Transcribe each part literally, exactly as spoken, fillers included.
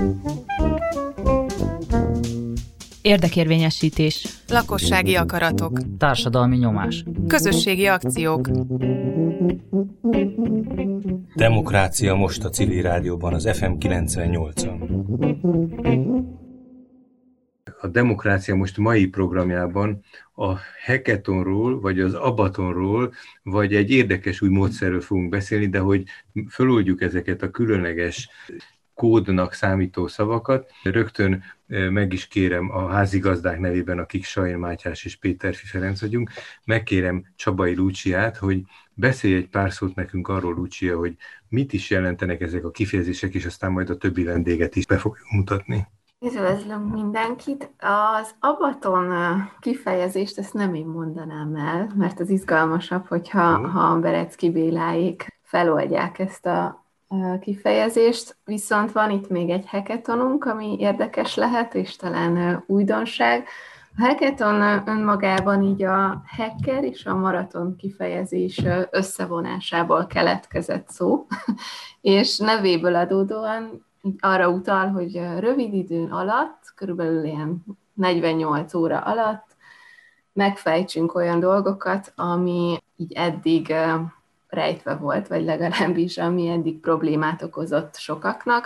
Érdekérvényesítés. Lakossági akaratok. Társadalmi nyomás. Közösségi akciók. Demokrácia most a Civil Rádióban, az ef em kilencvennyolcon. A Demokrácia most mai programjában a hackathonról, vagy az abatonról, vagy egy érdekes új módszerről fogunk beszélni, de hogy föloldjuk ezeket a különleges kódnak számító szavakat. Rögtön meg is kérem a házigazdák nevében, akik Sajn Mátyás és Péterfi Ferenc vagyunk, megkérem Csabai Lúciát, hogy beszélj egy pár szót nekünk arról, Lúcia, hogy mit is jelentenek ezek a kifejezések, és aztán majd a többi vendéget is be fogjuk mutatni. Üdvözlöm mindenkit! Az abaton kifejezést ezt nem én mondanám el, mert az izgalmasabb, hogyha uh. ha Berecki Béláék feloldják ezt a kifejezést, viszont van itt még egy hackathonunk, ami érdekes lehet, és talán újdonság. A hackathon önmagában így a hacker és a maraton kifejezés összevonásából keletkezett szó, és nevéből adódóan arra utal, hogy rövid idő alatt, körülbelül ilyen negyvennyolc óra alatt megfejtsünk olyan dolgokat, ami így eddig rejtve volt, vagy legalábbis ami eddig problémát okozott sokaknak.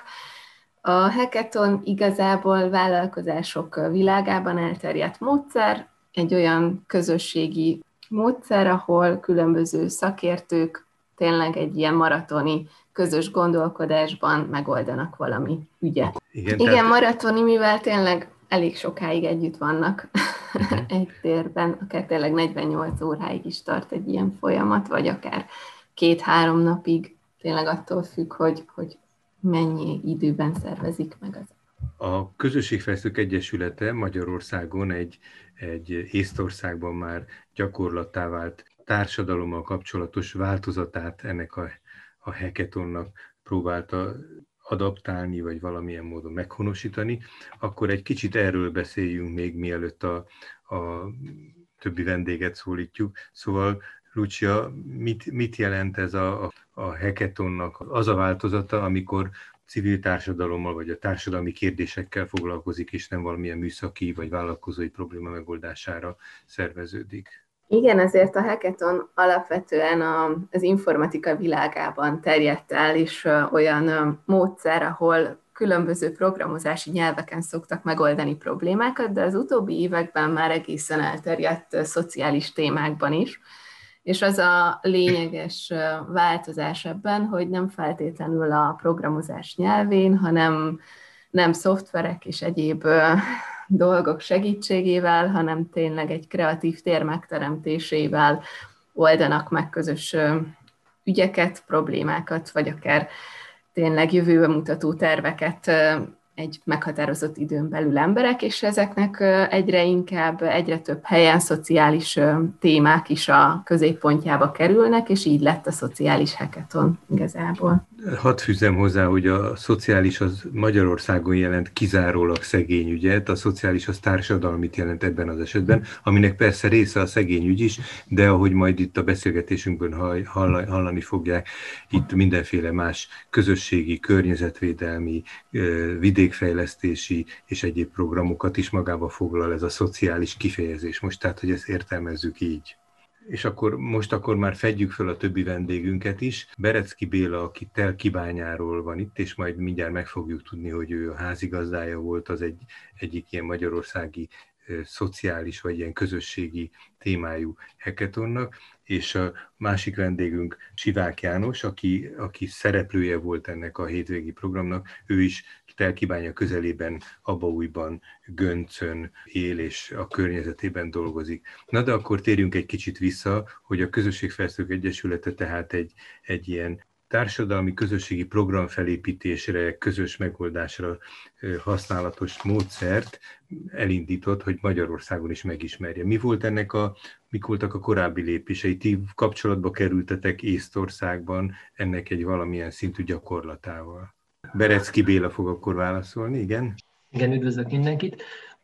A hackathon igazából vállalkozások világában elterjedt módszer, egy olyan közösségi módszer, ahol különböző szakértők tényleg egy ilyen maratoni közös gondolkodásban megoldanak valami ügyet. Igen, Igen tehát... maratoni, mivel tényleg elég sokáig együtt vannak uh-huh. egy térben, akár tényleg negyvennyolc óráig is tart egy ilyen folyamat, vagy akár két-három napig, tényleg attól függ, hogy, hogy mennyi időben szervezik meg az. A Közösségfejlesztők Egyesülete Magyarországon egy, egy Észtországban már gyakorlattá vált társadalommal kapcsolatos változatát ennek a, a hackathonnak próbálta adaptálni, vagy valamilyen módon meghonosítani, akkor egy kicsit erről beszéljünk még, mielőtt a, a többi vendéget szólítjuk. Szóval Lúcia, mit, mit jelent ez a, a, a hackathonnak az a változata, amikor civil társadalommal vagy a társadalmi kérdésekkel foglalkozik, és nem valamilyen műszaki vagy vállalkozói probléma megoldására szerveződik? Igen, azért a hackathon alapvetően az informatika világában terjedt el, és olyan módszer, ahol különböző programozási nyelveken szoktak megoldani problémákat, de az utóbbi években már egészen elterjedt szociális témákban is. És az a lényeges változás ebben, hogy nem feltétlenül a programozás nyelvén, hanem nem szoftverek és egyéb dolgok segítségével, hanem tényleg egy kreatív tér megteremtésével oldanak meg közös ügyeket, problémákat, vagy akár tényleg jövőbe mutató terveket egy meghatározott időn belül emberek, és ezeknek egyre inkább, egyre több helyen szociális témák is a középpontjába kerülnek, és így lett a szociális hackathon igazából. Hadd fűzzem hozzá, hogy a szociális az Magyarországon jelent kizárólag szegény ügyet, a szociális az társadalmit jelent ebben az esetben, aminek persze része a szegény ügy is, de ahogy majd itt a beszélgetésünkből hallani fogják, itt mindenféle más közösségi, környezetvédelmi, vidékfejlesztési és egyéb programokat is magába foglal ez a szociális kifejezés. Most tehát, hogy ezt értelmezzük így. És akkor most akkor már fedjük fel a többi vendégünket is. Berecki Béla, aki Telkibányáról van itt, és majd mindjárt meg fogjuk tudni, hogy ő a házigazdája volt az egy, egyik ilyen magyarországi szociális vagy ilyen közösségi témájú hackathonnak, és a másik vendégünk Sivák János, aki, aki szereplője volt ennek a hétvégi programnak, ő is Telkibánya közelében, Abaújban, Göncön él és a környezetében dolgozik. Na de akkor térjünk egy kicsit vissza, hogy a Közösségfejlesztők Egyesülete tehát egy, egy ilyen társadalmi közösségi programfelépítésre, közös megoldásra használatos módszert elindított, hogy Magyarországon is megismerje. Mi volt ennek a, mik voltak a korábbi lépései? Ti kapcsolatba kerültetek Észtországban ennek egy valamilyen szintű gyakorlatával? Berecki Béla fog akkor válaszolni, igen? Igen, üdvözlök mindenkit.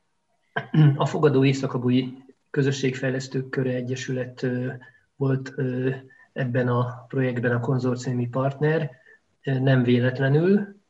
A Fogadó Észak-Abui Közösségfejlesztők Köre Egyesület volt ebben a projektben a konzorciumi partner, nem véletlenül.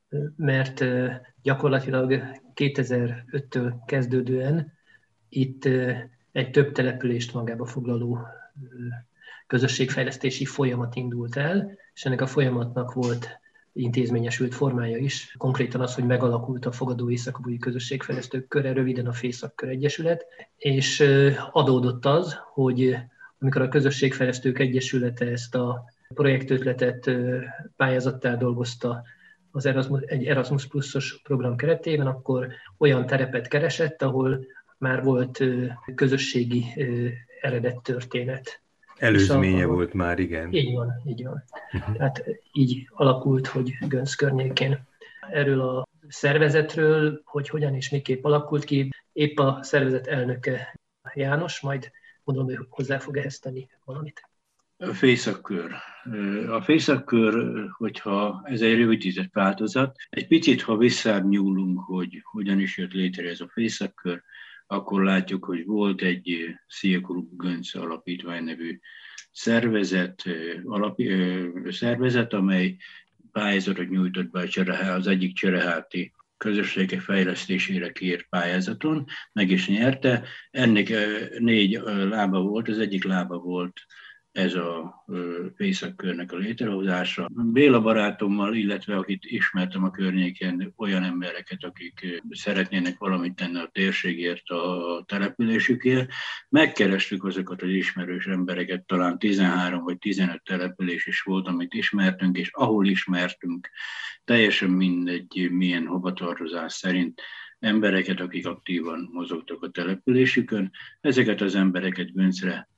mert gyakorlatilag kétezer-öttől kezdődően itt egy több települést magába foglaló közösségfejlesztési folyamat indult el, és ennek a folyamatnak volt intézményesült formája is. Konkrétan az, hogy megalakult a Fogadó Észak-Bújai Közösségfejlesztők Köre, röviden a Fészakkör Egyesület, és adódott az, hogy amikor a Közösségfejlesztők Egyesülete ezt a projektötletet pályázattá dolgozta az Erasmus, egy Erasmus Plus-os program keretében, akkor olyan terepet keresett, ahol már volt közösségi eredet történet. Előzménye a, volt már, igen. Így van, így van. Uh-huh. Tehát így alakult, hogy Gönc környékén. Erről a szervezetről, hogy hogyan és miképp alakult ki, épp a szervezet elnöke János, majd mondom, hogy hozzá fog ehhez tenni valamit. A Fészakkör. A Fészakkör, hogyha ez egy rövidített változat, egy picit, ha visszanyúlunk, hogy hogyan is jött létre ez a Fészakkör, akkor látjuk, hogy volt egy Szia Group Gönc Alapítvány nevű szervezet, alapi, szervezet, amely pályázatot nyújtott be a Cserehá, az egyik csereháti közösségek fejlesztésére kiírt pályázaton, meg is nyerte. Ennek négy lába volt, az egyik lába volt ez a Fészakkörnek a létrehozása. Béla barátommal, illetve akit ismertem a környéken, olyan embereket, akik szeretnének valamit tenni a térségért, a településükért, megkerestük azokat az ismerős embereket, talán tizenhárom vagy tizenöt település is volt, amit ismertünk, és ahol ismertünk, teljesen mindegy, milyen hovatartozás szerint, embereket, akik aktívan mozogtak a településükön. Ezeket az embereket Göncre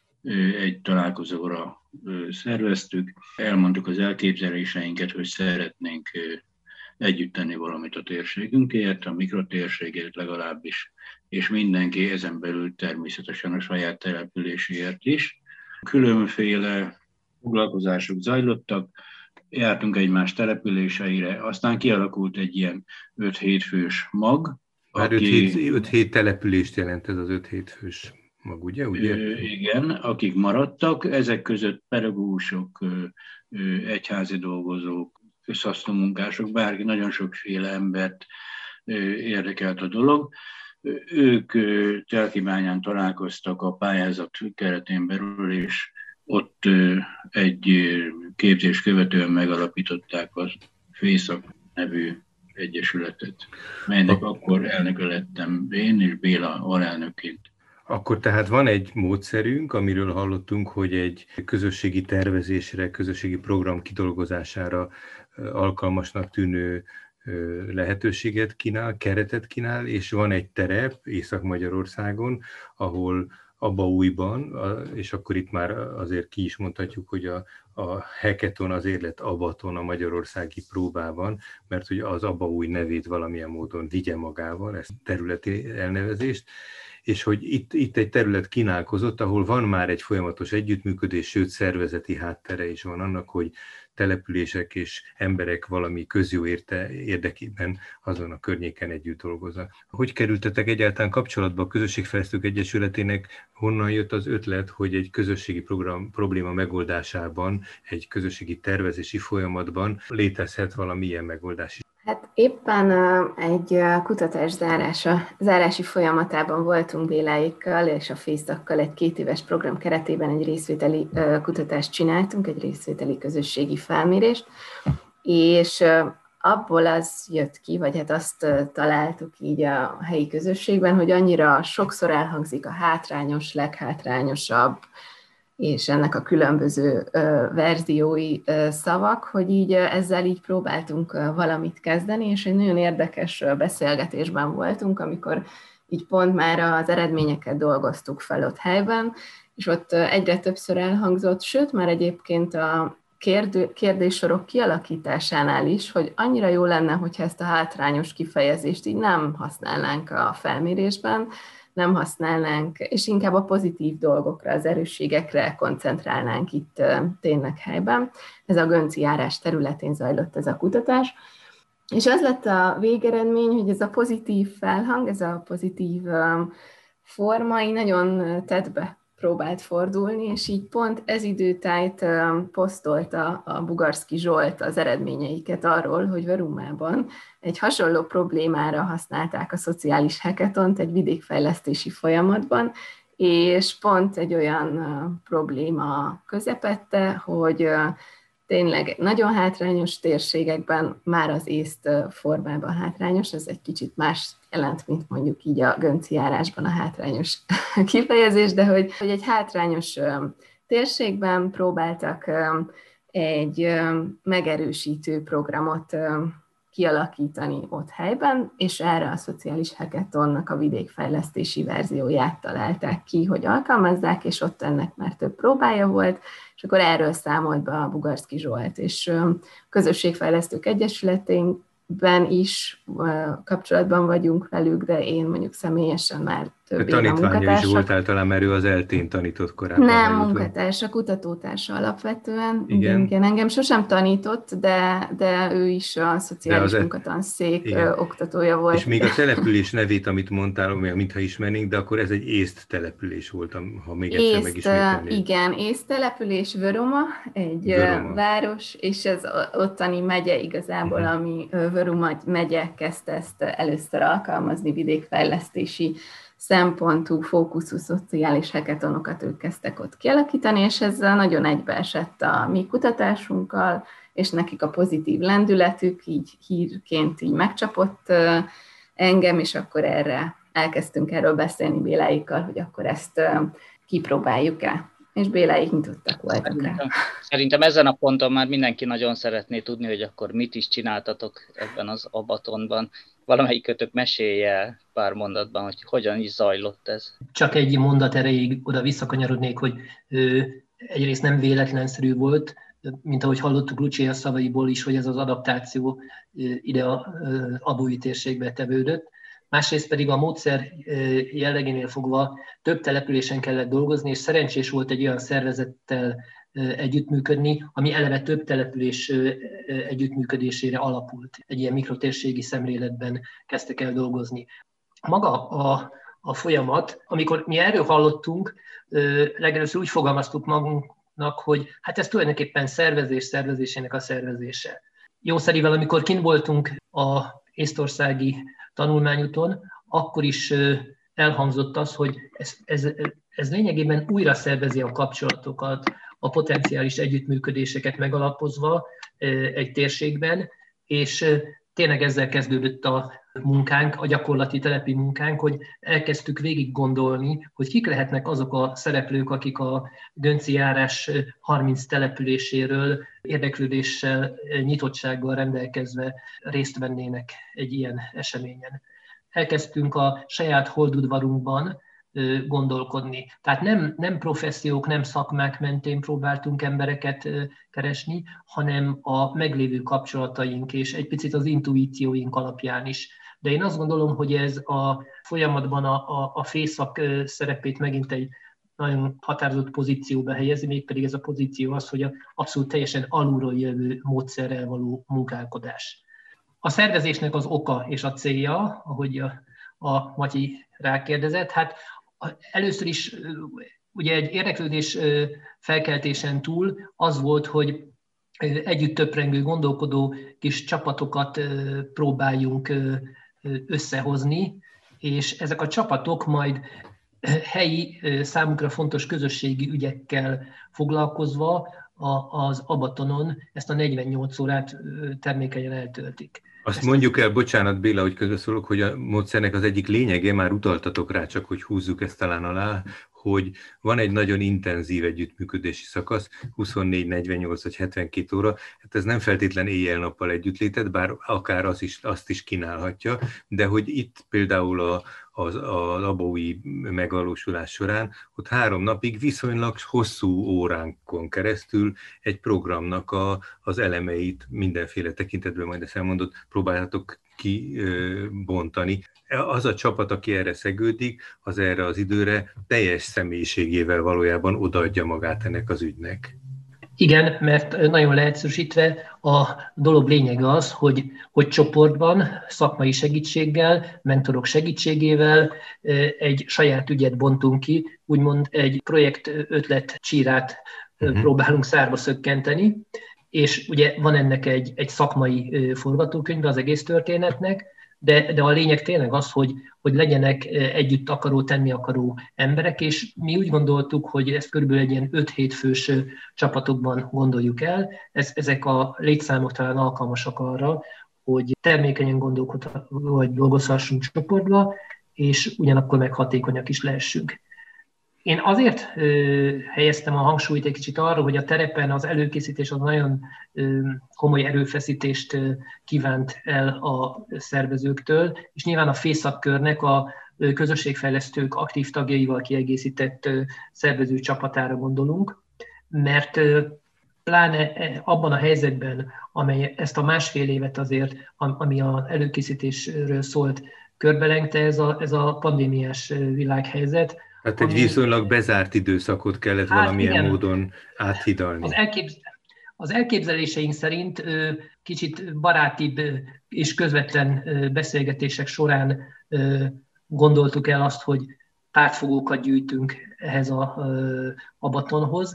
egy találkozóra szerveztük, elmondtuk az elképzeléseinket, hogy szeretnénk együtt tenni valamit a térségünkért, a mikrotérségért legalábbis, és mindenki ezen belül természetesen a saját településéért is. Különféle foglalkozások zajlottak, jártunk egymás településeire, aztán kialakult egy ilyen öt-hét fős mag. Már öt-hét települést jelent ez az öt-hét fős mag, ugye? ugye? Ö, igen, akik maradtak, ezek között pedagógusok, egyházi dolgozók, közhasznumunkások, bárki, nagyon sokféle embert érdekelt a dolog. Ők Telkibányán találkoztak a pályázat keretén belül, és ott egy képzés követően megalapították a Fészak nevű egyesületet, melynek akkor elnöke lettem én, és Béla alelnökként. Akkor tehát van egy módszerünk, amiről hallottunk, hogy egy közösségi tervezésre, közösségi program kidolgozására alkalmasnak tűnő lehetőséget kínál, keretet kínál, és van egy terep Észak-Magyarországon, ahol Abaújban, és akkor itt már azért ki is mondhatjuk, hogy a, a hackathon azért lett Abaton a magyarországi próbában, mert hogy az Abaúj nevét valamilyen módon vigye magával, ezt területi elnevezést, és hogy itt, itt egy terület kínálkozott, ahol van már egy folyamatos együttműködés, sőt szervezeti háttere is van annak, hogy települések és emberek valami közjó érte, érdekében azon a környéken együtt dolgoznak. Hogy kerültetek egyáltalán kapcsolatba a Közösségfejlesztők Egyesületének, honnan jött az ötlet, hogy egy közösségi program, probléma megoldásában, egy közösségi tervezési folyamatban létezhet valamilyen megoldás? Hát éppen egy kutatás zárása, zárási folyamatában voltunk Béláékkal és a Fészakkal, egy két éves program keretében egy részvételi kutatást csináltunk, egy részvételi közösségi felmérést, és abból az jött ki, vagy hát azt találtuk így a helyi közösségben, hogy annyira sokszor elhangzik a hátrányos, leghátrányosabb, és ennek a különböző verziói szavak, hogy így ezzel így próbáltunk valamit kezdeni, és egy nagyon érdekes beszélgetésben voltunk, amikor így pont már az eredményeket dolgoztuk fel ott helyben, és ott egyre többször elhangzott, sőt már egyébként a kérdő, kérdéssorok kialakításánál is, hogy annyira jó lenne, hogyha ezt a hátrányos kifejezést így nem használnánk a felmérésben, nem használnánk, és inkább a pozitív dolgokra, az erősségekre koncentrálnánk itt tényleg helyben. Ez a gönci járás területén zajlott ez a kutatás. És az lett a végeredmény, hogy ez a pozitív felhang, ez a pozitív forma így nagyon tettbe próbált fordulni, és így pont ez időtájt posztolta a Bugarszky Zsolt az eredményeiket arról, hogy Vörumában egy hasonló problémára használták a szociális hackathont egy vidékfejlesztési folyamatban, és pont egy olyan probléma közepette, hogy tényleg nagyon hátrányos térségekben már az észt formában hátrányos, ez egy kicsit más jelent, mint mondjuk így a Gönci járásban a hátrányos kifejezés, de hogy, hogy egy hátrányos térségben próbáltak egy megerősítő programot kialakítani ott helyben, és erre a szociális hackathonnak a vidékfejlesztési verzióját találták ki, hogy alkalmazzák, és ott ennek már több próbája volt, és akkor erről számolt be a Bugarszky Zsolt, és közösségfejlesztők egyesületében is kapcsolatban vagyunk velük, de én mondjuk személyesen már több éve munkatársak. Tanítványa is volt általán, mert ő az eltén tanított korábban. Nem, munkatársa, kutatótársa alapvetően. Igen. Igen, engem sosem tanított, de, de ő is a szociális munkatanszék igen. oktatója volt. És még a település nevét, amit mondtál, mintha ismernénk, de akkor ez egy észt település volt, ha még egyszer észt, megismételnék. Igen, észt település Vöruma, egy Vöruma. város, és ez ottani megye igazából, uh-huh. ami Vöruma megye kezdte ezt először alkalmazni, vidékfejlesztési szempontú, fókuszú szociális hackathonokat ők kezdtek ott kialakítani, és ez nagyon egybeesett a mi kutatásunkkal, és nekik a pozitív lendületük így hírként így megcsapott engem, és akkor erre elkezdtünk erről beszélni Béláikkal, hogy akkor ezt kipróbáljuk-e. És Béláik nyitottak voltak rá. Szerintem ezen a ponton már mindenki nagyon szeretné tudni, hogy akkor mit is csináltatok ebben az Abatonban. Valamelyik kötök mesélje el pár mondatban, hogy hogyan is zajlott ez. Csak egy mondat erejéig oda visszakanyarodnék, hogy ö, egyrészt nem véletlenszerű volt, mint ahogy hallottuk Lucia szavaiból is, hogy ez az adaptáció ö, ide az abói térségbe tevődött. Másrészt pedig a módszer jellegénél fogva több településen kellett dolgozni, és szerencsés volt egy olyan szervezettel együttműködni, ami eleve több település együttműködésére alapult. Egy ilyen mikrotérségi szemléletben kezdtek el dolgozni. Maga a, a folyamat, amikor mi erről hallottunk, legelőször úgy fogalmaztuk magunknak, hogy hát ez tulajdonképpen szervezés szervezésének a szervezése. Jószerivel, amikor kint voltunk a észtországi tanulmányúton, akkor is elhangzott az, hogy ez, ez, ez lényegében újra szervezi a kapcsolatokat, a potenciális együttműködéseket megalapozva egy térségben, és tényleg ezzel kezdődött a munkánk, a gyakorlati telepi munkánk, hogy elkezdtük végig gondolni, hogy kik lehetnek azok a szereplők, akik a Gönci járás harminc településéről érdeklődéssel, nyitottsággal rendelkezve részt vennének egy ilyen eseményen. Elkezdtünk a saját holdudvarunkban gondolkodni. Tehát nem, nem professziók, nem szakmák mentén próbáltunk embereket keresni, hanem a meglévő kapcsolataink és egy picit az intuícióink alapján is. De én azt gondolom, hogy ez a folyamatban a, a, a fészak szerepét megint egy nagyon határozott pozícióba helyezi, mégpedig ez a pozíció az, hogy a abszolút teljesen alulról jövő módszerrel való munkálkodás. A szervezésnek az oka és a célja, ahogy a, a Matyi rákérdezett, hát először is ugye egy érdeklődés felkeltésen túl az volt, hogy együtt töprengő, gondolkodó kis csapatokat próbáljunk összehozni, és ezek a csapatok majd helyi, számukra fontos közösségi ügyekkel foglalkozva az Abatonon ezt a negyvennyolc órát termékenyen eltöltik. Azt Ezt mondjuk el, bocsánat Béla, hogy közösszólok, hogy a módszernek az egyik lényege, már utaltatok rá, csak hogy húzzuk ezt talán alá, hogy van egy nagyon intenzív együttműködési szakasz, huszonnégy, negyvennyolc vagy hetvenkét óra, hát ez nem feltétlen éjjel-nappal együttlétet, bár akár az is, azt is kínálhatja, de hogy itt például a, az, az abói megvalósulás során, ott három napig viszonylag hosszú óránkon keresztül egy programnak a, az elemeit mindenféle tekintetben, majd ezt elmondott, próbálhatok kibontani. Az a csapat, aki erre szegődik, az erre az időre teljes személyiségével valójában odaadja magát ennek az ügynek. Igen, mert nagyon leegyszerűsítve a dolog lényege az, hogy, hogy csoportban, szakmai segítséggel, mentorok segítségével egy saját ügyet bontunk ki, úgymond egy projekt ötlet csírát uh-huh. próbálunk szárba szökkenteni, és ugye van ennek egy, egy szakmai forgatókönyve az egész történetnek, de, de a lényeg tényleg az, hogy, hogy legyenek együtt akaró, tenni akaró emberek, és mi úgy gondoltuk, hogy ezt körülbelül egy ilyen öt-hét fős csapatokban gondoljuk el. Ez, ezek a létszámok talán alkalmasak arra, hogy termékenyen gondolkodhassunk, vagy dolgozhassunk csoportba, és ugyanakkor meg hatékonyak is lehessünk. Én azért ö, helyeztem a hangsúlyt egy kicsit arra, hogy a terepen az előkészítés az nagyon ö, komoly erőfeszítést ö, kívánt el a szervezőktől, és nyilván a FÉSZAK-körnek a ö, közösségfejlesztők aktív tagjaival kiegészített ö, szervező csapatára gondolunk, mert ö, pláne abban a helyzetben, amely ezt a másfél évet azért, ami az előkészítésről szólt, körbelengte ez a, ez a pandémiás világhelyzet. Hát egy viszonylag bezárt időszakot kellett hát valamilyen igen, módon áthidalni. Az, elképz, az elképzeléseink szerint kicsit barátibb és közvetlen beszélgetések során gondoltuk el azt, hogy pártfogókat gyűjtünk ehhez a, a batonhoz,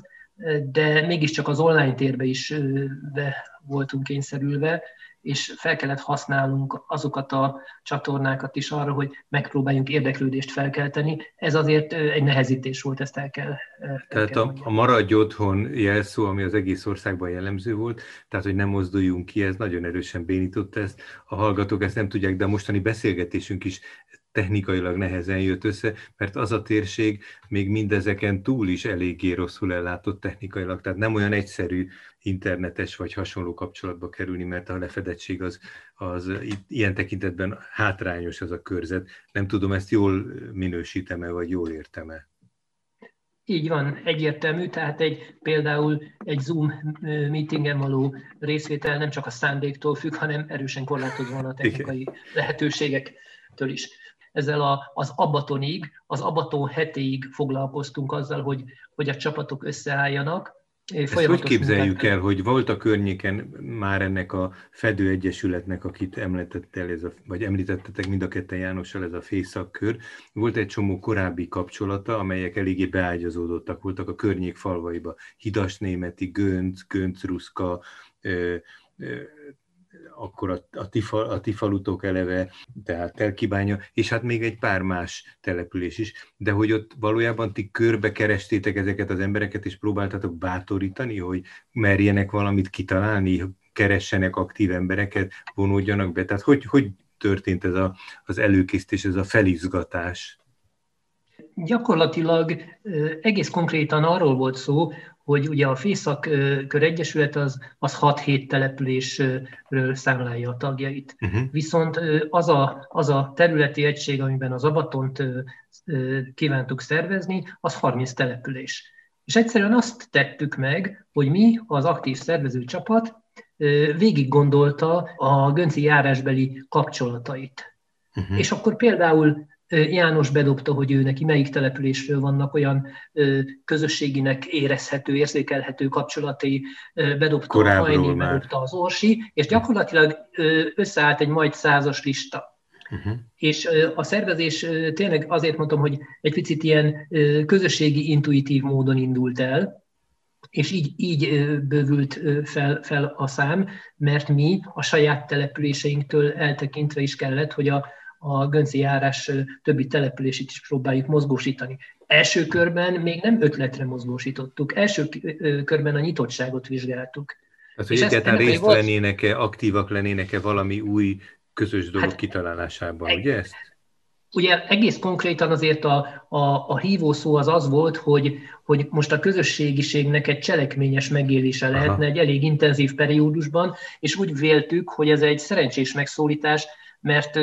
de mégiscsak az online térbe is be voltunk kényszerülve, és fel kellett használnunk azokat a csatornákat is arra, hogy megpróbáljunk érdeklődést felkelteni. Ez azért egy nehezítés volt, ezt el kell el Tehát kell a, a maradj otthon jelszó, ami az egész országban jellemző volt, tehát hogy nem mozduljunk ki, ez nagyon erősen bénította ezt. A hallgatók ezt nem tudják, de a mostani beszélgetésünk is technikailag nehezen jött össze, mert az a térség még mindezeken túl is eléggé rosszul ellátott technikailag, tehát nem olyan egyszerű internetes vagy hasonló kapcsolatba kerülni, mert a lefedettség az, az ilyen tekintetben hátrányos az a körzet. Nem tudom, ezt jól minősítem-e, vagy jól értem-e? Így van, egyértelmű, tehát egy, például egy Zoom meetingen való részvétel nem csak a szándéktól függ, hanem erősen korlátozva van a technikai Igen. lehetőségektől is. Ezzel a, az Abatonig, az Abaton hetéig foglalkoztunk azzal, hogy, hogy a csapatok összeálljanak. Ezt hogy képzeljük el, hogy volt a környéken már ennek a Fedő Egyesületnek, akit említettel, ez a, vagy említettetek mind a ketten Jánossal, ez a FÉSZAK-kör, volt egy csomó korábbi kapcsolata, amelyek eléggé beágyazódottak voltak a környék falvaiba. Hidasnémeti, Gönc, Göncruszka, ö, ö, akkor a, a, tifa, a tifalutok eleve, tehát Telkibánya, és hát még egy pár más település is, de hogy ott valójában ti körbe kerestétek ezeket az embereket, és próbáltatok bátorítani, hogy merjenek valamit kitalálni, keressenek aktív embereket, vonódjanak be, tehát hogy, hogy történt ez a, az előkészítés, ez a felizgatás? Gyakorlatilag egész konkrétan arról volt szó, hogy ugye a FÉSZAK-kör Egyesület az, az hat-hét településről számlálja a tagjait. Uh-huh. Viszont az a, az a területi egység, amiben az Abatont kívántuk szervezni, az harminc település. És egyszerűen azt tettük meg, hogy mi, az aktív szervező csapat végig gondolta a gönci járásbeli kapcsolatait. Uh-huh. És akkor például János bedobta, hogy ő neki melyik településről vannak olyan közösséginek érezhető, érzékelhető kapcsolatai, bedobta Korábbról a Hajni, bedobta az Orsi, és gyakorlatilag összeállt egy majd százas lista. Uh-huh. És a szervezés tényleg azért mondtam, hogy egy picit ilyen közösségi, intuitív módon indult el, és így, így bővült fel, fel a szám, mert mi a saját településeinktől eltekintve is kellett, hogy a a gönci járás többi települését is próbáljuk mozgósítani. Első körben még nem ötletre mozgósítottuk, első körben a nyitottságot vizsgáltuk. Az, hogy egyáltalán részt volt... lennének-e, aktívak lennének-e valami új közös dolog hát, kitalálásában, eg- ugye ezt? Ugye egész konkrétan azért a, a, a hívó szó az az volt, hogy, hogy most a közösségiségnek egy cselekményes megélése lehetne Aha. egy elég intenzív periódusban, és úgy véltük, hogy ez egy szerencsés megszólítás, mert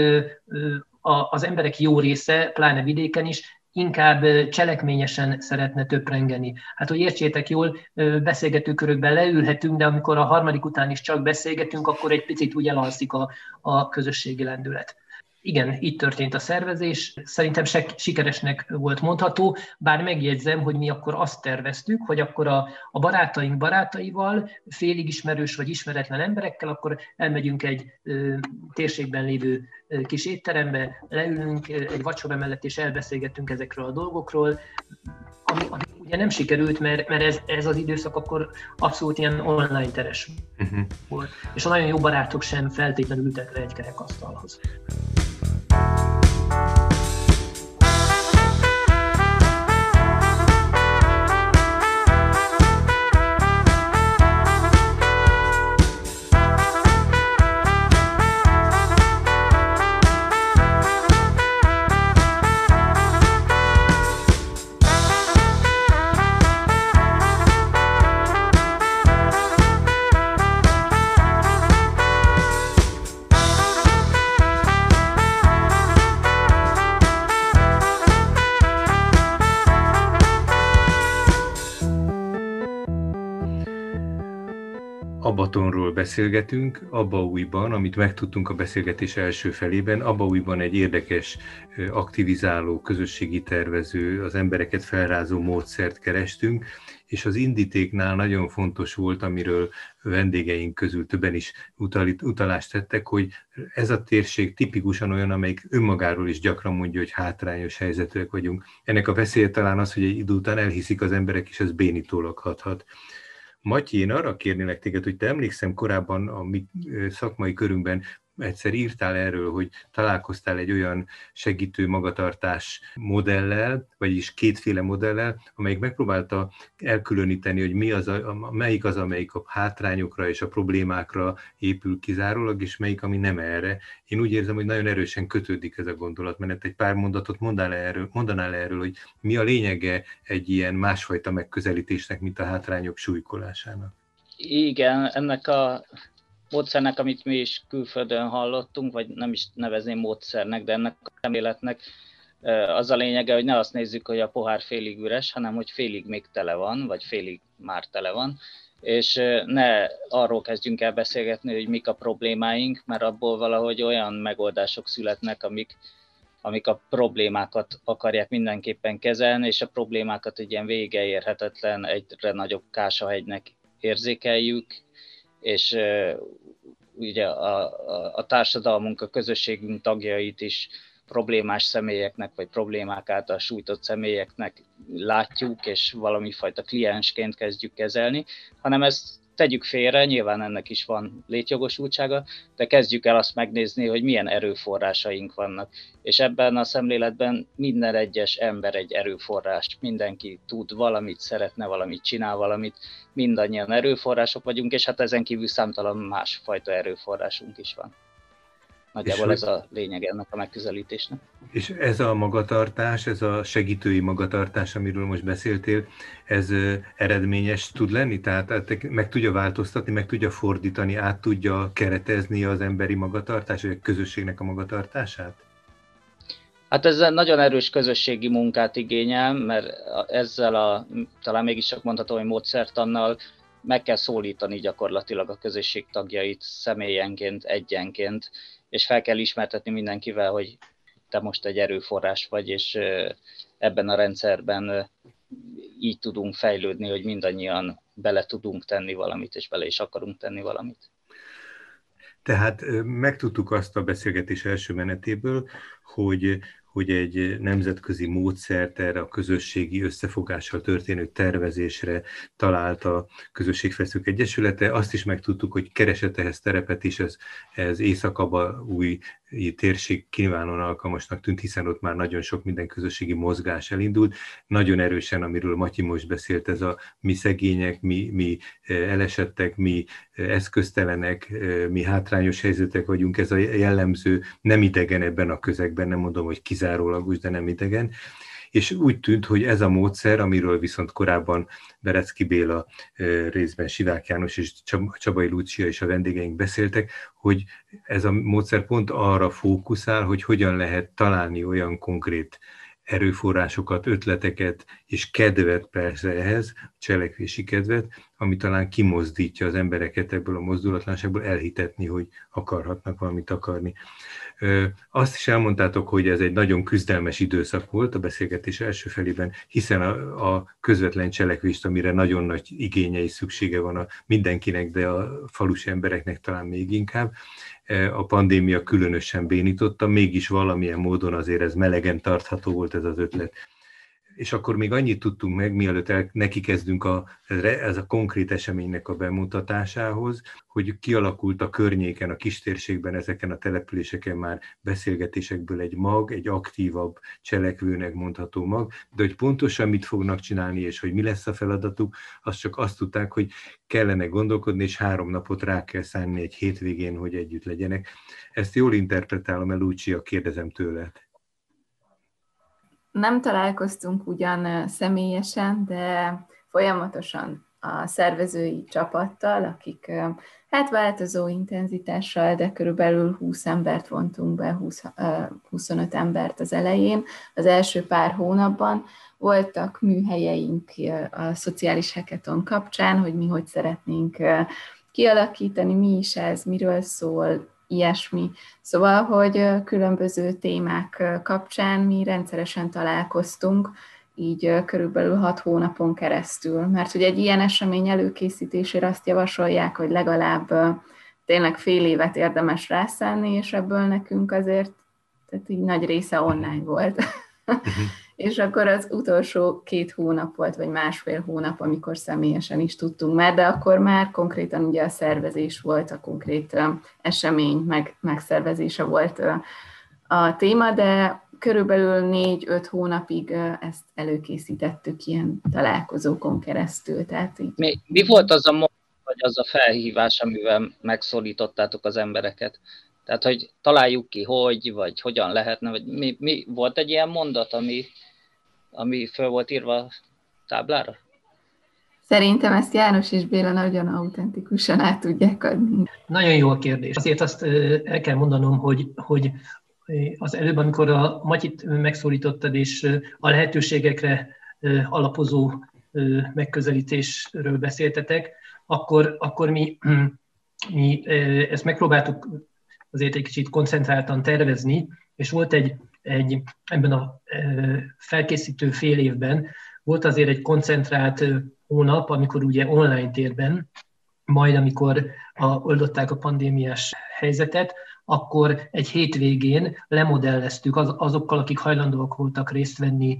az emberek jó része, pláne vidéken is, inkább cselekményesen szeretne töprengeni. Hát, hogy értsétek jól, beszélgetőkörökben leülhetünk, de amikor a harmadik után is csak beszélgetünk, akkor egy picit úgy elalszik a, a közösségi lendület. Igen, így történt a szervezés. Szerintem sikeresnek volt mondható, bár megjegyzem, hogy mi akkor azt terveztük, hogy akkor a, a barátaink barátaival, félig ismerős vagy ismeretlen emberekkel, akkor elmegyünk egy ö, térségben lévő ö, kis étterembe, leülünk egy vacsora mellett és elbeszélgettünk ezekről a dolgokról, ami, ami ugye nem sikerült, mert, mert ez, ez az időszak akkor abszolút ilyen online teres uh-huh. volt, és a nagyon jó barátok sem feltétlenül ültek le egy kerekasztalhoz. Abatonról beszélgetünk, Abaújban, amit megtudtunk a beszélgetés első felében. Abaújban egy érdekes, aktivizáló, közösségi tervező, az embereket felrázó módszert kerestünk, és az indítéknál nagyon fontos volt, amiről vendégeink közül többen is utalást tettek, hogy ez a térség tipikusan olyan, amelyik önmagáról is gyakran mondja, hogy hátrányos helyzetűek vagyunk. Ennek a veszélye talán az, hogy egy idő után elhiszik az emberek, és ez bénítólag hathat. Matyi, én arra kérnélek téged, hogy te emlékszem korábban a mi szakmai körünkben egyszer írtál erről, hogy találkoztál egy olyan segítő magatartás modellel, vagyis kétféle modellel, amelyik megpróbálta elkülöníteni, hogy mi az a, melyik az, amelyik a hátrányokra és a problémákra épül kizárólag, és melyik, ami nem erre. Én úgy érzem, hogy nagyon erősen kötődik ez a gondolatmenet. Egy pár mondatot mondanál erről, mondanál erről, hogy mi a lényege egy ilyen másfajta megközelítésnek, mint a hátrányok súlykolásának? Igen, ennek a módszernek, amit mi is külföldön hallottunk, vagy nem is nevezném módszernek, de ennek a szemléletnek az a lényege, hogy ne azt nézzük, hogy a pohár félig üres, hanem hogy félig még tele van, vagy félig már tele van, és ne arról kezdjünk el beszélgetni, hogy mik a problémáink, mert abból valahogy olyan megoldások születnek, amik, amik a problémákat akarják mindenképpen kezelni, és a problémákat egy ilyen végeérhetetlen, egyre nagyobb kásahegynek érzékeljük, és ugye a, a, a társadalmunk, a közösségünk tagjait is problémás személyeknek, vagy problémák által sújtott személyeknek látjuk, és valami fajta kliensként kezdjük kezelni, hanem ezt tegyük félre, nyilván ennek is van létjogosultsága, de kezdjük el azt megnézni, hogy milyen erőforrásaink vannak. És ebben a szemléletben minden egyes ember egy erőforrás, mindenki tud valamit, szeretne valamit, csinál valamit, mindannyian erőforrások vagyunk, és hát ezen kívül számtalan másfajta erőforrásunk is van. Nagyjából ez a lényeg ennek a megközelítésnek. És ez a magatartás, ez a segítői magatartás, amiről most beszéltél, ez eredményes tud lenni? Tehát meg tudja változtatni, meg tudja fordítani, át tudja keretezni az emberi magatartás, vagy a közösségnek a magatartását? Hát ez nagyon erős közösségi munkát igényel, mert ezzel a, talán mégis csak mondhatom, hogy módszertannal meg kell szólítani gyakorlatilag a közösség tagjait személyenként, egyenként, és fel kell ismertetni mindenkivel, hogy te most egy erőforrás vagy, és ebben a rendszerben így tudunk fejlődni, hogy mindannyian bele tudunk tenni valamit, és bele is akarunk tenni valamit. Tehát megtudtuk azt a beszélgetés első menetéből, hogy hogy egy nemzetközi módszert erre a közösségi összefogással történő tervezésre talált a Közösségfejlesztők Egyesülete. Azt is megtudtuk, hogy keresett ehhez terepet is, ez, ez Észak-Abaúj térség kiválóan alkalmasnak tűnt, hiszen ott már nagyon sok minden közösségi mozgás elindult. Nagyon erősen, amiről Matyi most beszélt, ez a mi szegények, mi, mi elesettek, mi eszköztelenek, mi hátrányos helyzetek vagyunk, ez a jellemző, nem idegen ebben a közegben, nem mondom, hogy kizárólagos, de nem idegen. És úgy tűnt, hogy ez a módszer, amiről viszont korábban Berecki Béla, részben Sivák János és Csabai Lúcia és a vendégeink beszéltek, hogy ez a módszer pont arra fókuszál, hogy hogyan lehet találni olyan konkrét erőforrásokat, ötleteket és kedvet persze ehhez, cselekvési kedvet, ami talán kimozdítja az embereket ebből a mozdulatlanságból, elhitetni, hogy akarhatnak valamit akarni. Azt is elmondtátok, hogy ez egy nagyon küzdelmes időszak volt a beszélgetés első felében, hiszen a, a közvetlen cselekvést, amire nagyon nagy igénye és szüksége van a mindenkinek, de a falusi embereknek talán még inkább, a pandémia különösen bénította, mégis valamilyen módon azért ez melegen tartható volt ez az ötlet. És akkor még annyit tudtunk meg, mielőtt el, neki kezdünk a, ez a konkrét eseménynek a bemutatásához, hogy kialakult a környéken, a kistérségben, ezeken a településeken már beszélgetésekből egy mag, egy aktívabb cselekvőnek mondható mag, de hogy pontosan mit fognak csinálni, és hogy mi lesz a feladatuk, azt csak azt tudták, hogy kellene gondolkodni, és három napot rá kell szánni egy hétvégén, hogy együtt legyenek. Ezt jól interpretálom, Lucia, kérdezem tőled. Nem találkoztunk ugyan személyesen, de folyamatosan a szervezői csapattal, akik hát változó intenzitással, de körülbelül húsz embert vontunk be, húsz, huszonöt embert az elején. Az első pár hónapban voltak műhelyeink a szociális hackathon kapcsán, hogy mi hogy szeretnénk kialakítani, mi is ez, miről szól, ilyesmi. Szóval, hogy különböző témák kapcsán mi rendszeresen találkoztunk, így körülbelül hat hónapon keresztül. Mert hogy egy ilyen esemény előkészítésére azt javasolják, hogy legalább tényleg fél évet érdemes rászánni, és ebből nekünk azért tehát így nagy része online volt. És akkor az utolsó két hónap volt, vagy másfél hónap, amikor személyesen is tudtunk már, de akkor már konkrétan ugye a szervezés volt, a konkrét esemény meg, megszervezése volt a téma, de körülbelül négy-öt hónapig ezt előkészítettük ilyen találkozókon keresztül. Tehát így... mi, mi volt az a mondat, vagy az a felhívás, amivel megszólítottátok az embereket? Tehát, hogy találjuk ki, hogy, vagy hogyan lehetne, vagy mi, mi volt egy ilyen mondat, ami, ami föl volt írva a táblára? Szerintem ezt János és Béla nagyon autentikusan át tudják adni. Nagyon jó a kérdés. Azért azt el kell mondanom, hogy, hogy az előbb, amikor a Matyit megszólítottad, és a lehetőségekre alapozó megközelítésről beszéltetek, akkor, akkor mi, mi ezt megpróbáltuk azért egy kicsit koncentráltan tervezni, és volt egy, egy ebben a felkészítő fél évben, volt azért egy koncentrált hónap, amikor ugye online térben, majd amikor a, oldották a pandémiás helyzetet, akkor egy hétvégén lemodelleztük az, azokkal, akik hajlandóak voltak részt venni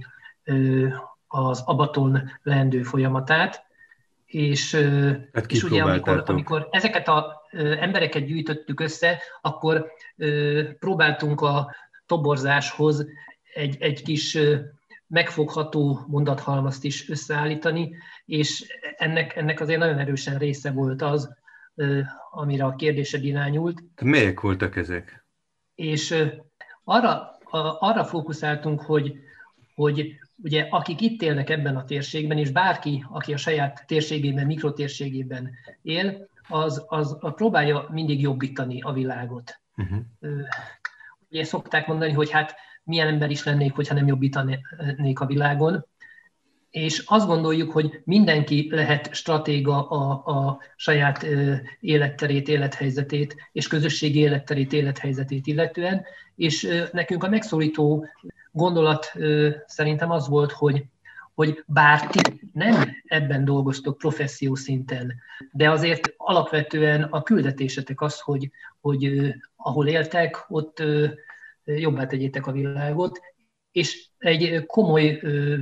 az Abaton leendő folyamatát, és, hát és ugye amikor, amikor ezeket az embereket gyűjtöttük össze, akkor próbáltunk a toborzáshoz egy, egy kis megfogható mondathalmazt is összeállítani, és ennek, ennek azért nagyon erősen része volt az, amire a kérdésed irányult. Melyek voltak ezek? És arra, arra fókuszáltunk, hogy, hogy ugye akik itt élnek ebben a térségben, és bárki, aki a saját térségében, mikrotérségében él, az, az próbálja mindig jobbítani a világot. Uh-huh. Ugye szokták mondani, hogy hát milyen ember is lennék, hogyha nem jobbítanék a világon. És azt gondoljuk, hogy mindenki lehet stratéga a, a saját életterét, élethelyzetét, és közösségi életterét, élethelyzetét illetően, és nekünk a megszólító gondolat szerintem az volt, hogy, hogy bár ti nem ebben dolgoztok professzió szinten, de azért alapvetően a küldetésetek az, hogy, hogy ahol éltek, ott jobbá tegyétek a világot, és egy komoly,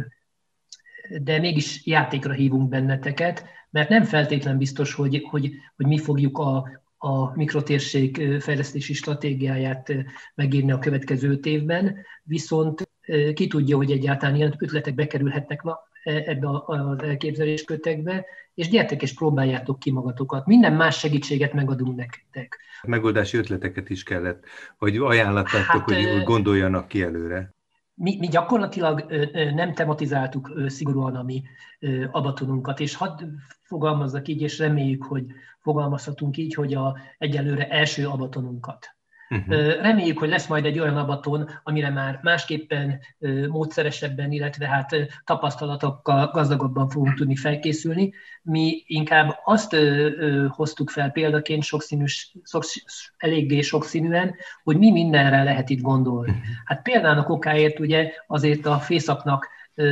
de mégis játékra hívunk benneteket, mert nem feltétlen biztos, hogy, hogy, hogy mi fogjuk a, a mikrotérség fejlesztési stratégiáját megírni a következő öt évben, viszont ki tudja, hogy egyáltalán ilyen ötletek bekerülhetnek ebbe az elképzeléskötekbe, és gyertek és próbáljátok ki magatokat. Minden más segítséget megadunk nektek. Megoldási ötleteket is kellett, vagy ajánlattátok, hát, hogy gondoljanak ki előre. Mi, mi gyakorlatilag nem tematizáltuk szigorúan a mi abatonunkat, és hadd fogalmazzak így, és reméljük, hogy fogalmazhatunk így, hogy a egyelőre első abatonunkat. Uh-huh. Reméljük, hogy lesz majd egy olyan abaton, amire már másképpen, módszeresebben, illetve hát tapasztalatokkal gazdagabban fogunk tudni felkészülni. Mi inkább azt hoztuk fel példaként sokszínűs, eléggé sokszínűen, hogy mi mindenre lehet itt gondolni. Hát például okáért ugye azért a fészaknak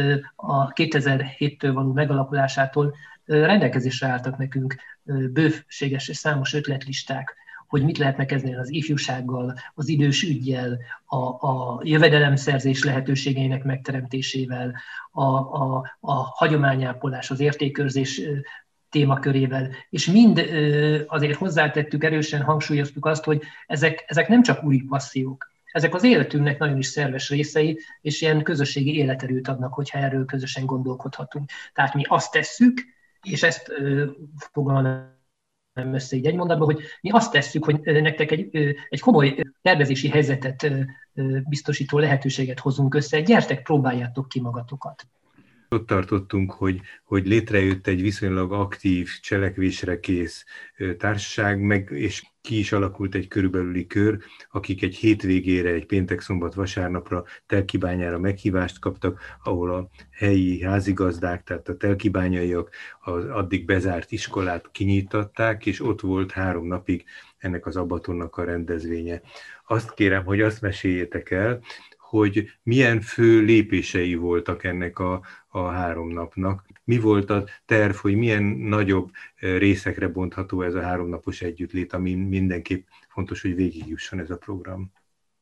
a kétezer-héttől való megalakulásától rendelkezésre álltak nekünk bőséges és számos ötletlisták, hogy mit lehetne kezdeni az ifjúsággal, az idős üggyel, a, a jövedelemszerzés lehetőségeinek megteremtésével, a, a, a hagyományápolás, az értékőrzés témakörével, és mind azért hozzátettük, erősen hangsúlyoztuk azt, hogy ezek, ezek nem csak úri passziók, ezek az életünknek nagyon is szerves részei, és ilyen közösségi életerőt adnak, hogyha erről közösen gondolkodhatunk. Tehát mi azt tesszük, és ezt foglalnám össze így egy mondatban, hogy mi azt tesszük, hogy nektek egy, egy komoly tervezési helyzetet biztosító lehetőséget hozunk össze, gyertek, próbáljátok ki magatokat. Ott tartottunk, hogy, hogy létrejött egy viszonylag aktív, cselekvésre kész társaság, meg, és ki is alakult egy körülbelüli kör, akik egy hétvégére, egy péntek, szombat, vasárnapra Telkibányára meghívást kaptak, ahol a helyi házigazdák, tehát a telkibányaiak az addig bezárt iskolát kinyitották, és ott volt három napig ennek az abatonnak a rendezvénye. Azt kérem, hogy azt meséljétek el, hogy milyen fő lépései voltak ennek a, a három napnak. Mi volt a terv, hogy milyen nagyobb részekre bontható ez a háromnapos együttlét, ami mindenképp fontos, hogy végigjusson ez a program.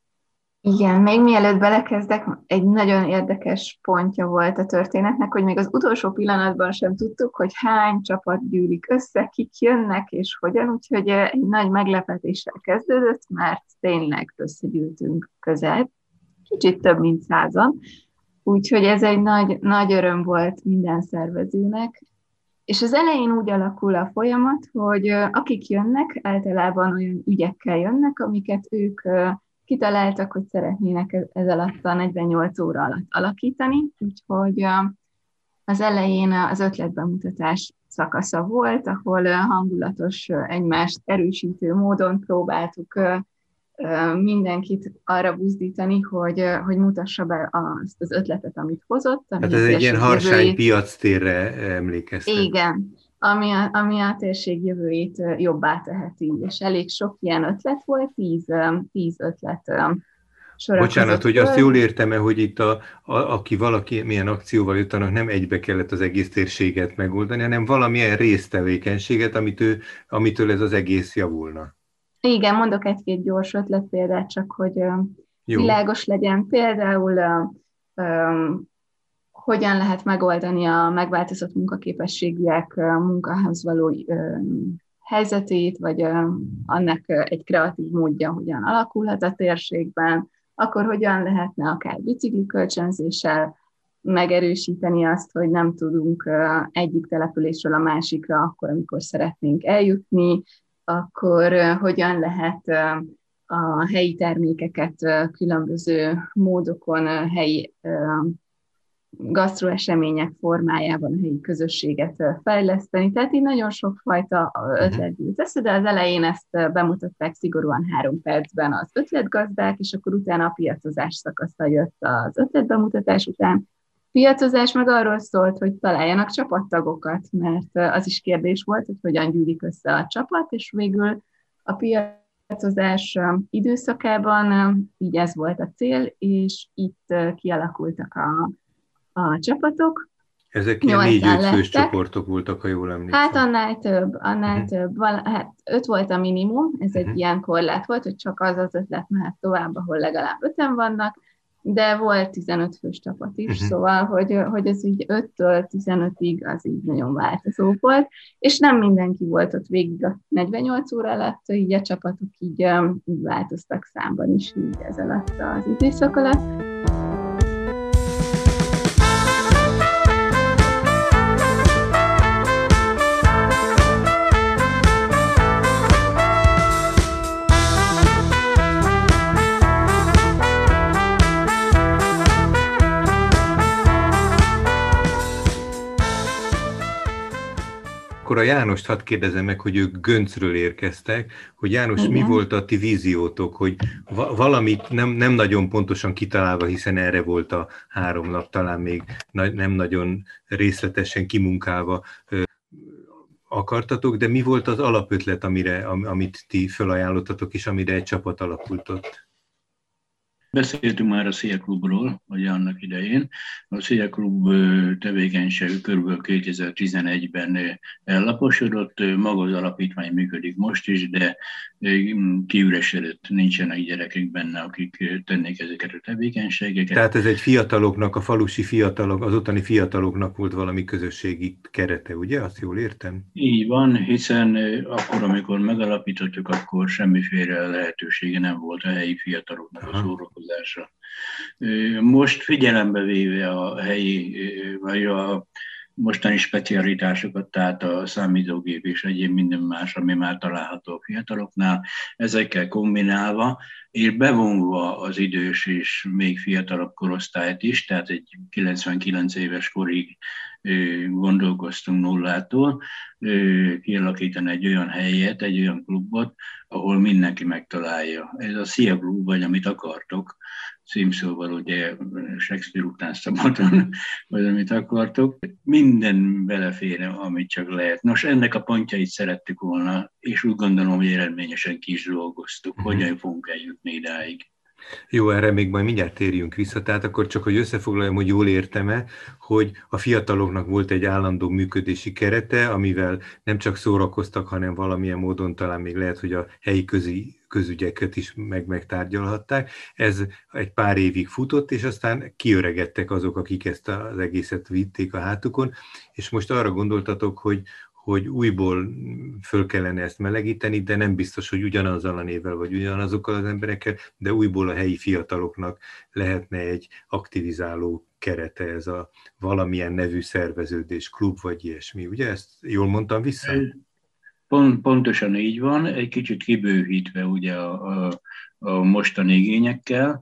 Igen, még mielőtt belekezdek, egy nagyon érdekes pontja volt a történetnek, hogy még az utolsó pillanatban sem tudtuk, hogy hány csapat gyűlik össze, kik jönnek és hogyan, úgyhogy egy nagy meglepetéssel kezdődött, mert tényleg összegyűltünk közel, kicsit több mint százan, úgyhogy ez egy nagy, nagy öröm volt minden szervezőnek. És az elején úgy alakul a folyamat, hogy akik jönnek, általában olyan ügyekkel jönnek, amiket ők kitaláltak, hogy szeretnének ez alatt a negyvennyolc óra alatt alakítani, úgyhogy az elején az ötletbemutatás szakasza volt, ahol hangulatos, egymást erősítő módon próbáltuk mindenkit arra buzdítani, hogy, hogy mutassa be azt az ötletet, amit hozott. Hát ez egy ilyen harsány piactérre emlékeztet. Igen, ami a, ami a térség jövőjét jobbá teheti, és elég sok ilyen ötlet volt, tíz, tíz ötlet sorakozott. Bocsánat, hogy azt jól értem-e, hogy itt a, a, aki valaki milyen akcióval jött, annak nem egybe kellett az egész térséget megoldani, hanem valamilyen résztevékenységet, amitől, amitől ez az egész javulna. Igen, mondok egy-két gyors ötletpéldát, csak hogy Jó. világos legyen. Például uh, um, hogyan lehet megoldani a megváltozott munkaképességűek uh, munkahoz való uh, helyzetét, vagy uh, annak uh, egy kreatív módja, hogyan alakulhat a térségben, akkor hogyan lehetne akár biciklikölcsönzéssel megerősíteni azt, hogy nem tudunk uh, egyik településről a másikra akkor, amikor szeretnénk eljutni, akkor uh, hogyan lehet uh, a helyi termékeket uh, különböző módokon, uh, helyi uh, gasztroesemények formájában a helyi közösséget uh, fejleszteni. Tehát így nagyon sokfajta ötlet gyűlt össze, de az elején ezt uh, bemutatták szigorúan három percben az ötletgazdák, és akkor utána a piacozás szakasza jött az ötletbemutatás után. Piacozás meg arról szólt, hogy találjanak csapattagokat, mert az is kérdés volt, hogy hogyan gyűlik össze a csapat, és végül a piacozás időszakában így ez volt a cél, és itt kialakultak a, a csapatok. Ezek ilyen négy-öt fős csoportok voltak, ha jól emlékszem. Hát annál több, annál uh-huh. több. Hát öt volt a minimum, ez egy uh-huh. ilyen korlát volt, hogy csak az az ötlet mehet tovább, ahol legalább öten vannak, de volt tizenöt fős csapat is, uh-huh. szóval, hogy, hogy ez így öttől tizenötig az így nagyon változó volt, és nem mindenki volt ott végig a negyvennyolc óra alatt, így a csapatok így, így változtak számban is így ez alatt az időszak alatt. Akkor akkor a Jánost hadd kérdezem meg, hogy ők Göncről érkeztek, hogy János, igen, mi volt a ti víziótok, hogy va- valamit nem, nem nagyon pontosan kitalálva, hiszen erre volt a három nap, talán még na- nem nagyon részletesen kimunkálva ö, akartatok, de mi volt az alapötlet, amire, am, amit ti felajánlottatok, és amire egy csapat alakult ott? Beszéltünk már a Szia Klubról, vagy annak idején. A Szia Klub tevékenység kb. kétezer-tizenegyben ellaposodott, maga az alapítvány működik most is, de kiüresedett, nincsenek gyerekek benne, akik tennék ezeket a tevékenységeket. Tehát ez egy fiataloknak, a falusi fiatalok, az ottani fiataloknak volt valami közösségi kerete, ugye? Azt jól értem? Így van, hiszen akkor, amikor megalapítottuk, akkor semmiféle lehetősége nem volt a helyi fiataloknak a szórakozásra. Most figyelembe véve a helyi, vagy a mostani specialitásokat, tehát a számítógép és egyéb minden más, ami már található a fiataloknál, ezekkel kombinálva, és bevonva az idős és még fiatalabb korosztályt is, tehát egy kilencvenkilenc éves korig gondolkoztunk nullától, kialakítani egy olyan helyet, egy olyan klubot, ahol mindenki megtalálja. Ez a Szia Klub, vagy amit akartok, címszóval ugye Shakespeare után szabadon, vagy amit akartok, minden belefér, amit csak lehet. Nos, ennek a pontjait szerettük volna, és úgy gondolom, hogy eredményesen ki is dolgoztuk, mm-hmm. hogyan fogunk eljutni idáig. Jó, erre még majd mindjárt térjünk vissza, tehát akkor csak, hogy összefoglaljam, hogy jól értem-e, hogy a fiataloknak volt egy állandó működési kerete, amivel nem csak szórakoztak, hanem valamilyen módon talán még lehet, hogy a helyi közi, közügyeket is meg megtárgyalhatták. Ez egy pár évig futott, és aztán kiöregedtek azok, akik ezt az egészet vitték a hátukon, és most arra gondoltatok, hogy hogy újból föl kellene ezt melegíteni, de nem biztos, hogy ugyanazzal a névvel, vagy ugyanazokkal az emberekkel, de újból a helyi fiataloknak lehetne egy aktivizáló kerete, ez a valamilyen nevű szerveződés, klub, vagy ilyesmi. Ugye ezt jól mondtam vissza? Pont, pontosan így van, egy kicsit kibővítve ugye a, a, a mostani igényekkel,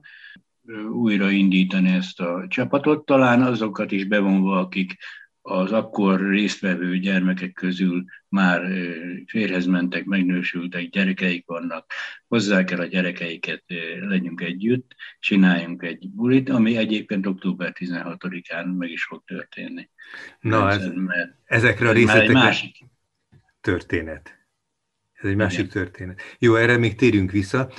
újraindítani ezt a csapatot, talán azokat is bevonva, akik az akkor résztvevő gyermekek közül már férjhez mentek, megnősültek, gyerekeik vannak, hozzák el a gyerekeiket, legyünk együtt, csináljunk egy bulit, ami egyébként október tizenhatodikán meg is fog történni. Na, ez, mert ezekre a részletekre másik történet. Ez egy másik Igen. történet. Jó, erre még térjünk vissza.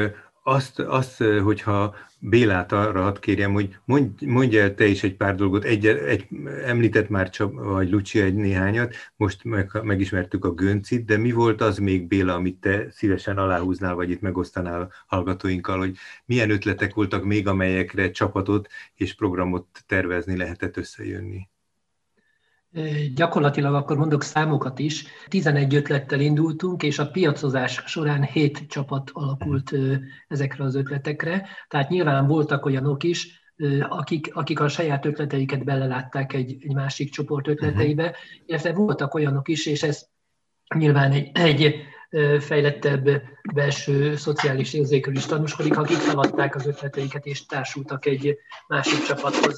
Azt, azt, hogyha Bélát arra hadd kérjem, hogy mondj, mondj el te is egy pár dolgot, egy, egy, említett már Csab, vagy Lucia egy néhányat, most meg, megismertük a Göncit, de mi volt az még, Béla, amit te szívesen aláhúznál, vagy itt megosztanál hallgatóinkkal, hogy milyen ötletek voltak még, amelyekre csapatot és programot tervezni lehetett összejönni? Gyakorlatilag akkor mondok számokat is. tizenegy ötlettel indultunk, és a piacozás során hét csapat alakult ezekre az ötletekre. Tehát nyilván voltak olyanok is, akik, akik a saját ötleteiket belelátták egy, egy másik csoport ötleteibe, illetve voltak olyanok is, és ez nyilván egy, egy fejlettebb belső szociális érzékről is tanúskodik, akik feladták az ötleteiket és társultak egy másik csapathoz.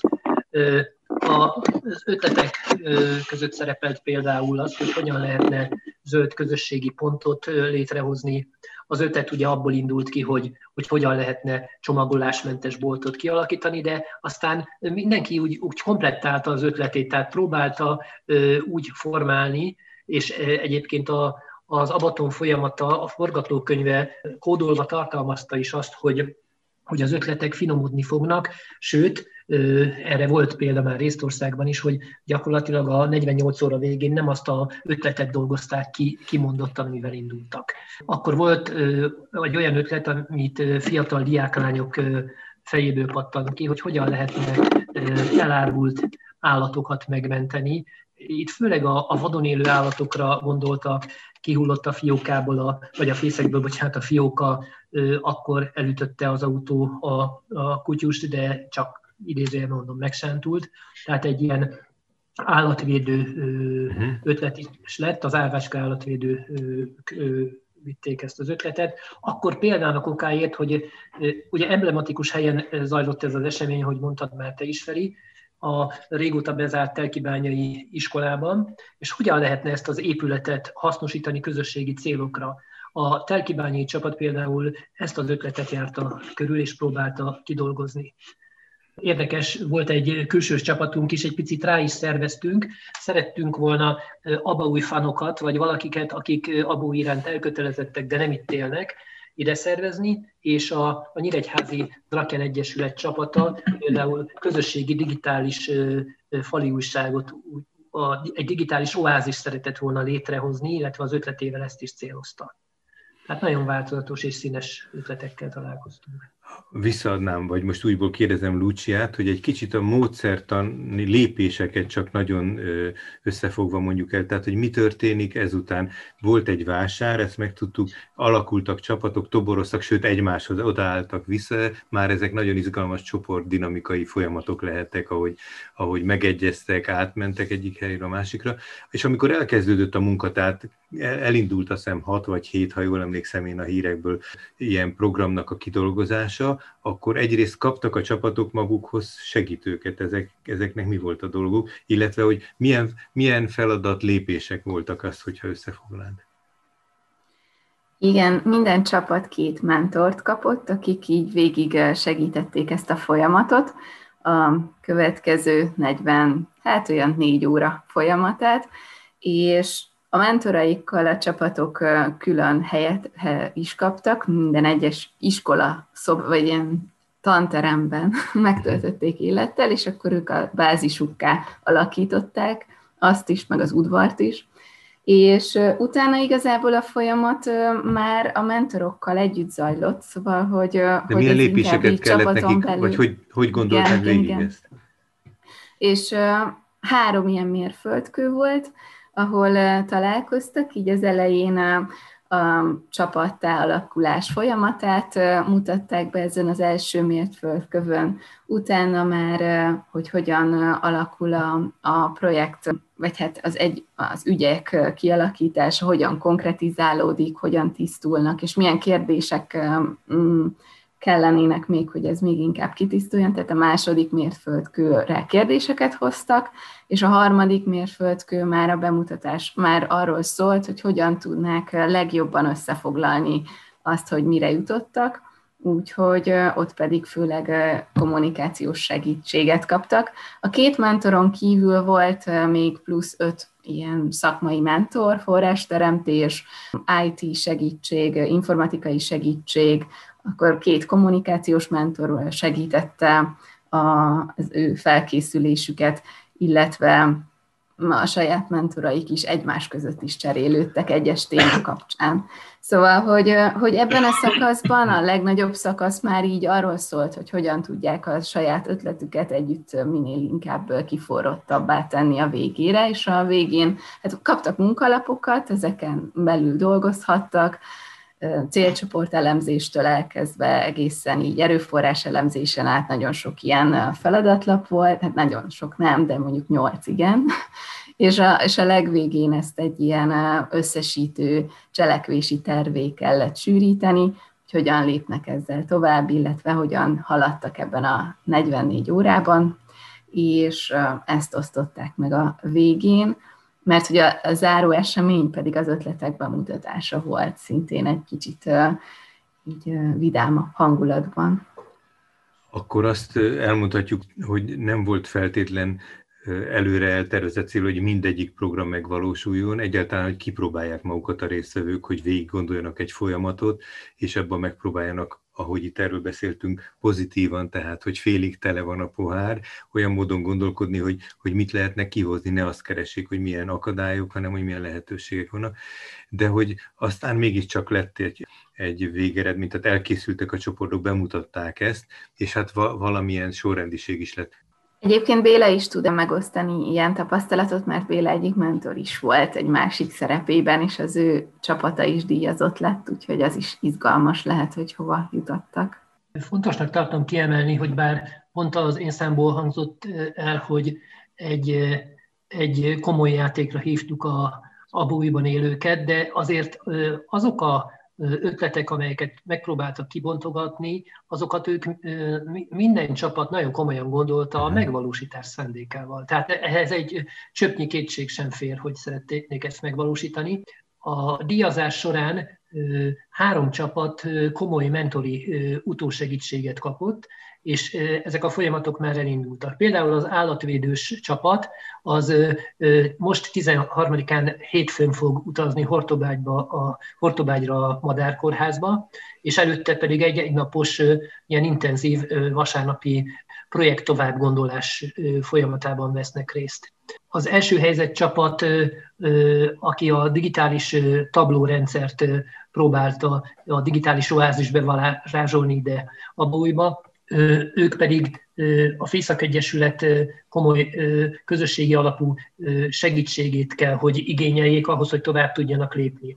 Az ötletek között szerepelt például az, hogy hogyan lehetne zöld közösségi pontot létrehozni. Az ötlet ugye abból indult ki, hogy, hogy hogyan lehetne csomagolásmentes boltot kialakítani, de aztán mindenki úgy, úgy komplettálta az ötletét, tehát próbálta úgy formálni, és egyébként a, az Abaton folyamata, a forgatókönyve kódolva tartalmazta is azt, hogy hogy az ötletek finomodni fognak, sőt, erre volt példa már Észtországban is, hogy gyakorlatilag a negyvennyolc óra végén nem azt az ötletet dolgozták ki, kimondottan, amivel indultak. Akkor volt egy olyan ötlet, amit fiatal diáklányok fejéből pattant ki, hogy hogyan lehetne elárvult állatokat megmenteni. Itt főleg a, a vadon élő állatokra gondoltak, kihullott a fiókából, a, vagy a fészekből, bocsánat, a fióka, ö, akkor elütötte az autó a, a kutyust, de csak idézően mondom, megsántult. Tehát egy ilyen állatvédő ö, ötlet is lett, az Árvácska állatvédő ö, ö, vitték ezt az ötletet. Akkor példának okáért, hogy ö, ugye emblematikus helyen zajlott ez az esemény, hogy mondtad már te is, Feri, a régóta bezárt telkibányai iskolában, és hogyan lehetne ezt az épületet hasznosítani közösségi célokra. A telkibányai csapat például ezt az ötletet járta körül, és próbálta kidolgozni. Érdekes, volt egy külsős csapatunk is, egy picit rá is szerveztünk. Szerettünk volna abaúj fanokat, vagy valakiket, akik abaúj iránt elkötelezettek, de nem itt élnek, ide szervezni, és a, a Nyíregyházi Draken Egyesület csapata például közösségi digitális fali újságot, a, egy digitális oázis szeretett volna létrehozni, illetve az ötletével ezt is célozta. Tehát nagyon változatos és színes ötletekkel találkoztunk. Visszaadnám, vagy most újból kérdezem Luciát, hogy egy kicsit a módszertani lépéseket csak nagyon összefogva mondjuk el, tehát hogy mi történik ezután. Volt egy vásár, ezt megtudtuk, alakultak csapatok, toboroztak, sőt egymáshoz odaálltak vissza, már ezek nagyon izgalmas csoportdinamikai folyamatok lehettek, ahogy, ahogy megegyeztek, átmentek egyik helyre a másikra, és amikor elkezdődött a munka, tehát elindult azt hiszem hat vagy hét, ha jól emlékszem én a hírekből, ilyen programnak a kidolgozása, akkor egyrészt kaptak a csapatok magukhoz segítőket, ezek, ezeknek mi volt a dolguk, illetve hogy milyen, milyen feladat lépések voltak, azt, hogyha összefoglalnád. Igen, minden csapat két mentort kapott, akik így végig segítették ezt a folyamatot, a következő negyven, hát olyan négy óra folyamatát, és a mentoraikkal a csapatok külön helyet is kaptak, minden egyes iskola szob, vagy ilyen tanteremben megtöltötték élettel, és akkor ők a bázisukká alakították azt is, meg az udvart is. És utána igazából a folyamat már a mentorokkal együtt zajlott, szóval, hogy... De hogy milyen lépéseket kellett nekik, belül... vagy hogy, hogy gondolták végig igen. ezt? És uh, három ilyen mérföldkő volt, ahol uh, találkoztak, így az elején uh, a csapattá alakulás folyamatát uh, mutatták be ezen az első mérföldkövön, utána már, uh, hogy hogyan uh, alakul a, a projekt, vagy hát az, egy, az ügyek uh, kialakítása, hogyan konkretizálódik, hogyan tisztulnak, és milyen kérdések uh, um, kellenének még, hogy ez még inkább kitisztuljon, tehát a második mérföldkőre kérdéseket hoztak, és a harmadik mérföldkő már a bemutatás már arról szólt, hogy hogyan tudnák legjobban összefoglalni azt, hogy mire jutottak, úgyhogy ott pedig főleg kommunikációs segítséget kaptak. A két mentoron kívül volt még plusz öt ilyen szakmai mentor, forrásteremtés, i té segítség, informatikai segítség, akkor két kommunikációs mentor segítette az ő felkészülésüket, illetve a saját mentoraik is egymás között is cserélődtek egyes téma kapcsán. Szóval, hogy, hogy ebben a szakaszban a legnagyobb szakasz már így arról szólt, hogy hogyan tudják a saját ötletüket együtt minél inkább kiforrottabbá tenni a végére, és a végén hát kaptak munkalapokat, ezeken belül dolgozhattak, célcsoport elemzéstől elkezdve egészen így erőforrás elemzésen át nagyon sok ilyen feladatlap volt, hát nagyon sok nem, de mondjuk nyolc igen, és a, és a legvégén ezt egy ilyen összesítő cselekvési tervé kellett sűríteni, hogy hogyan lépnek ezzel tovább, illetve hogyan haladtak ebben a negyvennégy órában, és ezt osztották meg a végén, mert hogy a, a záró esemény pedig az ötletek bemutatása volt, szintén egy kicsit uh, így uh, vidámabb hangulatban. Akkor azt elmondhatjuk, hogy nem volt feltétlen előre eltervezett cél, hogy mindegyik program megvalósuljon, egyáltalán, hogy kipróbálják magukat a résztvevők, hogy végig gondoljanak egy folyamatot, és ebben megpróbáljanak, ahogy itt erről beszéltünk, pozitívan, tehát, hogy félig tele van a pohár, olyan módon gondolkodni, hogy, hogy mit lehetne kihozni, ne azt keressék, hogy milyen akadályok, hanem hogy milyen lehetőségek vannak, de hogy aztán mégiscsak lett egy, egy végeredmény, tehát elkészültek a csoportok, bemutatták ezt, és hát va- valamilyen sorrendiség is lett. Egyébként Béla is tud megosztani ilyen tapasztalatot, mert Béla egyik mentor is volt egy másik szerepében, és az ő csapata is díjazott lett, úgyhogy az is izgalmas lehet, hogy hova jutottak. Fontosnak tartom kiemelni, hogy bár pont az én számból hangzott el, hogy egy, egy komoly játékra hívtuk a abaújban élőket, de azért azok a ötletek, amelyeket megpróbáltak kibontogatni, azokat ők minden csapat nagyon komolyan gondolta a megvalósítás szándékával. Tehát ehhez egy csöpnyi kétség sem fér, hogy szeretnék ezt megvalósítani. A díjazás során három csapat komoly mentori utósegítséget kapott, és ezek a folyamatok már elindultak. Például az állatvédős csapat az most tizenharmadikán hétfőn fog utazni Hortobágyba, a Hortobágyra a Madárkórházba, és előtte pedig egy egynapos ilyen intenzív vasárnapi projekt továbbgondolás folyamatában vesznek részt. Az első helyzet csapat, aki a digitális tablórendszert próbálta a digitális oázisbe varázsolni ide a Bújba, ők pedig a Fészak Egyesület komoly közösségi alapú segítségét kell, hogy igényeljék ahhoz, hogy tovább tudjanak lépni.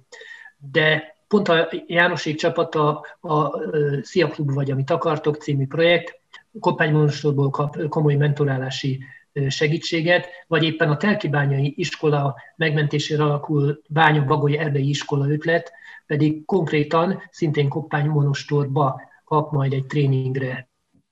De pont a Jánosék csapata, a Szia Klub vagy Amit akartok című projekt, Koppánymonostorból kap komoly mentorálási segítséget, vagy éppen a Telkibányai iskola megmentésére alakul Bánya-Bagoly erdei iskola ötlet, pedig konkrétan szintén Koppánymonostorba kap majd egy tréningre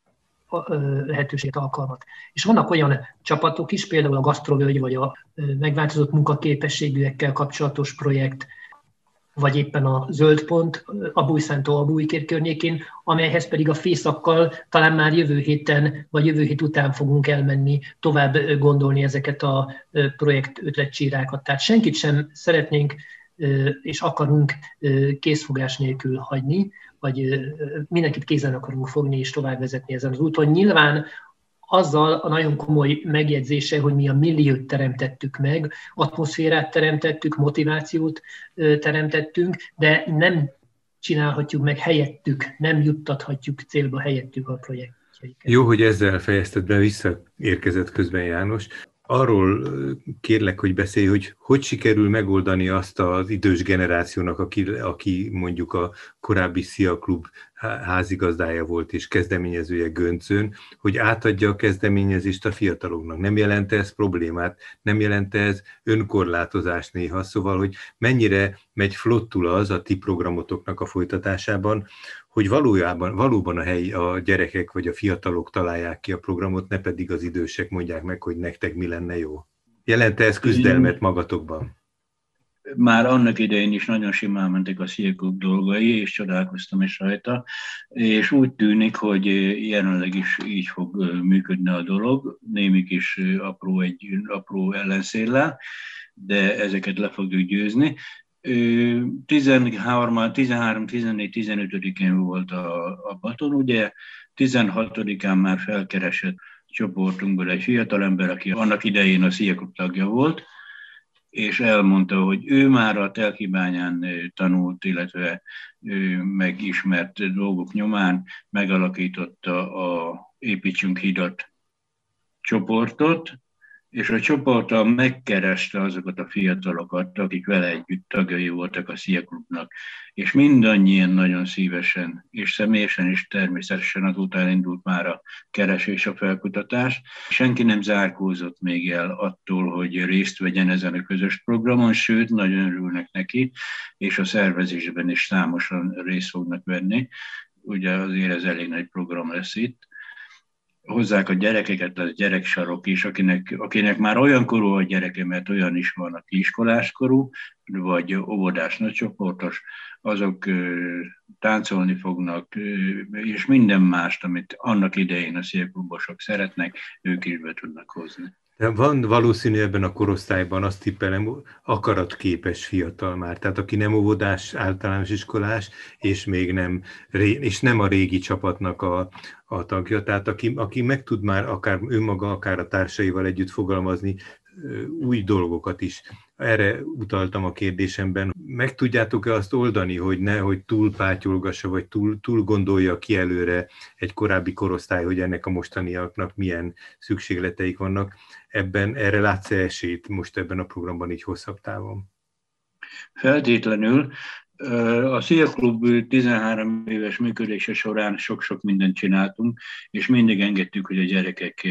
lehetőséget, alkalmat. És vannak olyan csapatok is, például a Gasztrovölgy, vagy a megváltozott munkaképességűekkel kapcsolatos projekt, vagy éppen a Zöld Pont a Bújszántó a Bújkér környékén, amelyhez pedig a Fészakkal talán már jövő héten, vagy jövő hét után fogunk elmenni tovább gondolni ezeket a projekt ötletcsírákat. Tehát senkit sem szeretnénk és akarunk készfogás nélkül hagyni, vagy mindenkit kézen akarunk fogni és tovább vezetni ezen az úton. Nyilván azzal a nagyon komoly megjegyzése, hogy mi a milliót teremtettük meg, atmoszférát teremtettük, motivációt teremtettünk, de nem csinálhatjuk meg helyettük, nem juttathatjuk célba helyettük a projektjeiket. Jó, hogy ezzel fejezted be, visszaérkezett közben János. Arról kérlek, hogy beszélj, hogy hogy sikerül megoldani azt az idős generációnak, aki, aki mondjuk a korábbi Szia Klub házigazdája volt és kezdeményezője Göncön, hogy átadja a kezdeményezést a fiataloknak. Nem jelent ez problémát, nem jelent ez önkorlátozást néha, szóval, hogy mennyire megy flottul az a ti programotoknak a folytatásában, hogy valójában, valóban a helyi, a gyerekek vagy a fiatalok találják ki a programot, ne pedig az idősek mondják meg, hogy nektek mi lenne jó. Jelent-e ez küzdelmet magatokban? Már annak idején is nagyon simán mentek a Szia Klub dolgai, és csodálkoztam is rajta, és úgy tűnik, hogy jelenleg is így fog működni a dolog, némi kis apró, egy apró ellenszéllel, de ezeket le fogjuk győzni. tizenhárom, tizennégy, tizenötödikén volt a, a Baton, ugye, tizenhatodikán már felkeresett csoportunkból egy fiatalember, aki annak idején a Szia Klub tagja volt, és elmondta, hogy ő már a Telkibányán tanult, illetve megismert dolgok nyomán megalakította a Építsünk hidat csoportot, és a csoporttal megkereste azokat a fiatalokat, akik vele együtt tagjai voltak a Szia Klubnak, és mindannyian nagyon szívesen, és személyesen, és természetesen azután indult már a keresés, a felkutatás. Senki nem zárkózott még el attól, hogy részt vegyen ezen a közös programon, sőt, nagyon örülnek neki, és a szervezésben is számosan részt fognak venni. Ugye azért ez elég nagy program lesz itt. Hozzák a gyerekeket, a gyereksarok is, akinek, akinek már olyan korú a gyereke, mert olyan is van, aki iskoláskorú, vagy óvodás nagycsoportos, azok táncolni fognak, és minden mást, amit annak idején a Szia Klubosok szeretnek, ők is be tudnak hozni. De van valószínű ebben a korosztályban, azt tippelem, akaratképes fiatal már, tehát aki nem óvodás, általános iskolás, és még nem, és nem a régi csapatnak a, a tagja, tehát aki, aki meg tud már akár önmaga, akár a társaival együtt fogalmazni új dolgokat is. Erre utaltam a kérdésemben. Meg tudjátok-e azt oldani, hogy ne, hogy túl pátyolgassa, vagy túl, túl gondolja ki előre egy korábbi korosztály, hogy ennek a mostaniaknak milyen szükségleteik vannak? Ebben, erre látsz-e esélyt most ebben a programban így hosszabb távon? Feltétlenül. A Szia Klub tizenhárom éves működése során sok-sok mindent csináltunk, és mindig engedtük, hogy a gyerekek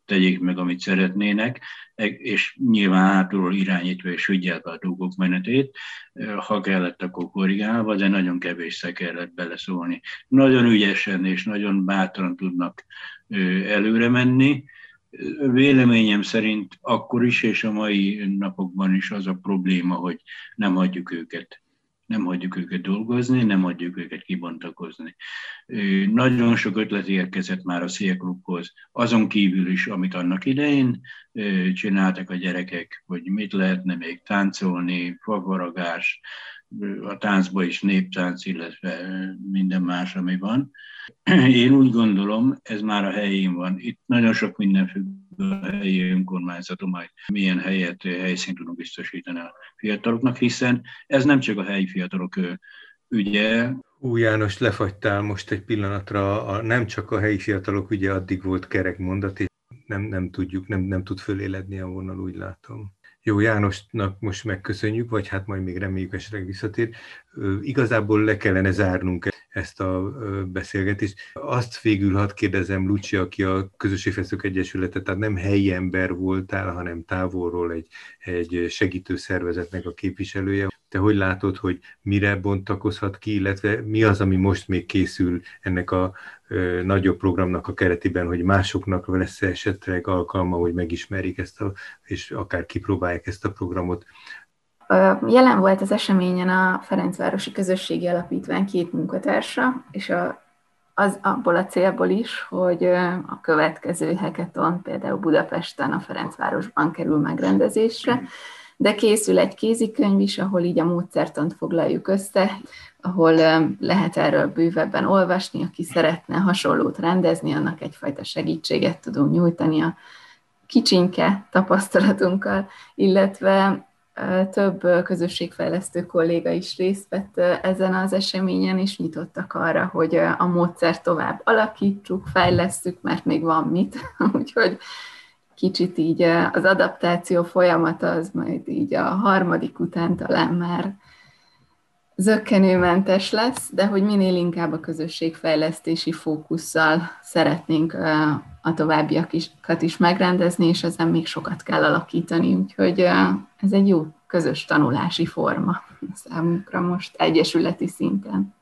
tegyék meg, amit szeretnének, és nyilván hátulról irányítva és figyelve a dolgok menetét, ha kellett, akkor korrigálva, de nagyon kevésszer kellett beleszólni. Nagyon ügyesen és nagyon bátran tudnak előre menni. Véleményem szerint akkor is, és a mai napokban is az a probléma, hogy nem hagyjuk őket. Nem hagyjuk őket dolgozni, nem hagyjuk őket kibontakozni. Nagyon sok ötlet érkezett már a Szél Klubhoz, azon kívül is, amit annak idején csináltak a gyerekek, hogy mit lehetne még táncolni, fagaragás, a táncban is néptánc, illetve minden más, ami van. Én úgy gondolom, ez már a helyén van. Itt nagyon sok minden függ a helyi önkormányzaton, majd milyen helyet, helyszínt tudunk biztosítani a fiataloknak, hiszen ez nem csak a helyi fiatalok ügye. Ú, János, lefagytál most egy pillanatra, a, nem csak a helyi fiatalok ügye, addig volt kerek mondat, és nem, nem tudjuk, nem, nem tud föléledni a vonal, úgy látom. Jó, Jánosnak most megköszönjük, vagy hát majd még reméljük esetleg visszatér. Igazából le kellene zárnunk ezt a beszélgetést. Azt végül hadd kérdezem, Lucia, aki a Közösségfejlesztők Egyesülete, tehát nem helyi ember voltál, hanem távolról egy, egy segítő szervezetnek a képviselője. Te hogy látod, hogy mire bontakozhat ki, illetve mi az, ami most még készül ennek a ö, nagyobb programnak a keretében, hogy másoknak lesz esetleg alkalma, hogy megismerjék ezt, a, és akár kipróbálják ezt a programot? Jelen volt az eseményen a Ferencvárosi Közösségi Alapítvány két munkatársa, és a, az abból a célból is, hogy a következő hackathon például Budapesten, a Ferencvárosban kerül megrendezésre, de készül egy kézikönyv is, ahol így a módszertant foglaljuk össze, ahol lehet erről bővebben olvasni, aki szeretne hasonlót rendezni, annak egyfajta segítséget tudunk nyújtani a kicsinke tapasztalatunkkal, illetve több közösségfejlesztő kolléga is részt vett ezen az eseményen, és nyitottak arra, hogy a módszert tovább alakítsuk, fejlesszük, mert még van mit, úgyhogy kicsit így az adaptáció folyamata az majd így a harmadik után talán már zökkenőmentes lesz, de hogy minél inkább a közösségfejlesztési fókusszal szeretnénk a továbbiakat is megrendezni, és ezen még sokat kell alakítani, úgyhogy ez egy jó közös tanulási forma számunkra most egyesületi szinten.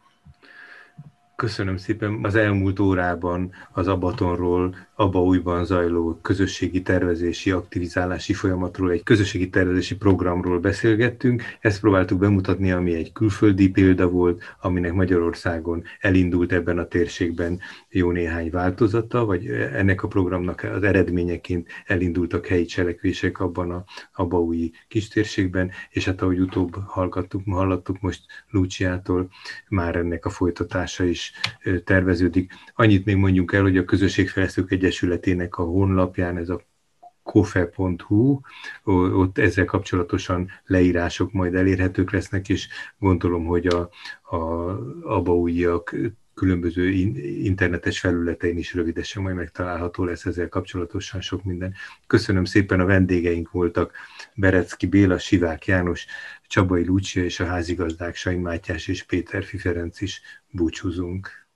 Köszönöm szépen. Az elmúlt órában az Abatonról, Abaújban zajló közösségi tervezési, aktivizálási folyamatról, egy közösségi tervezési programról beszélgettünk. Ezt próbáltuk bemutatni, ami egy külföldi példa volt, aminek Magyarországon elindult ebben a térségben jó néhány változata, vagy ennek a programnak az eredményeként elindultak helyi cselekvések abban a abaúji kistérségben, és hát ahogy utóbb hallgattuk, hallottuk most Luciától, már ennek a folytatása is terveződik. Annyit még mondjunk el, hogy a Közösségfejlesztők Egyesületének a honlapján, ez a kofe pont hu, ott ezzel kapcsolatosan leírások majd elérhetők lesznek, és gondolom, hogy a, a abaújiak különböző internetes felületein is rövidesen majd megtalálható lesz ezzel kapcsolatosan sok minden. Köszönöm szépen, a vendégeink voltak Berecki Béla, Sivák János, Csabai Lucia és a házigazdák Sain Mátyás és Péter Ferenc is. Búcsúzunk.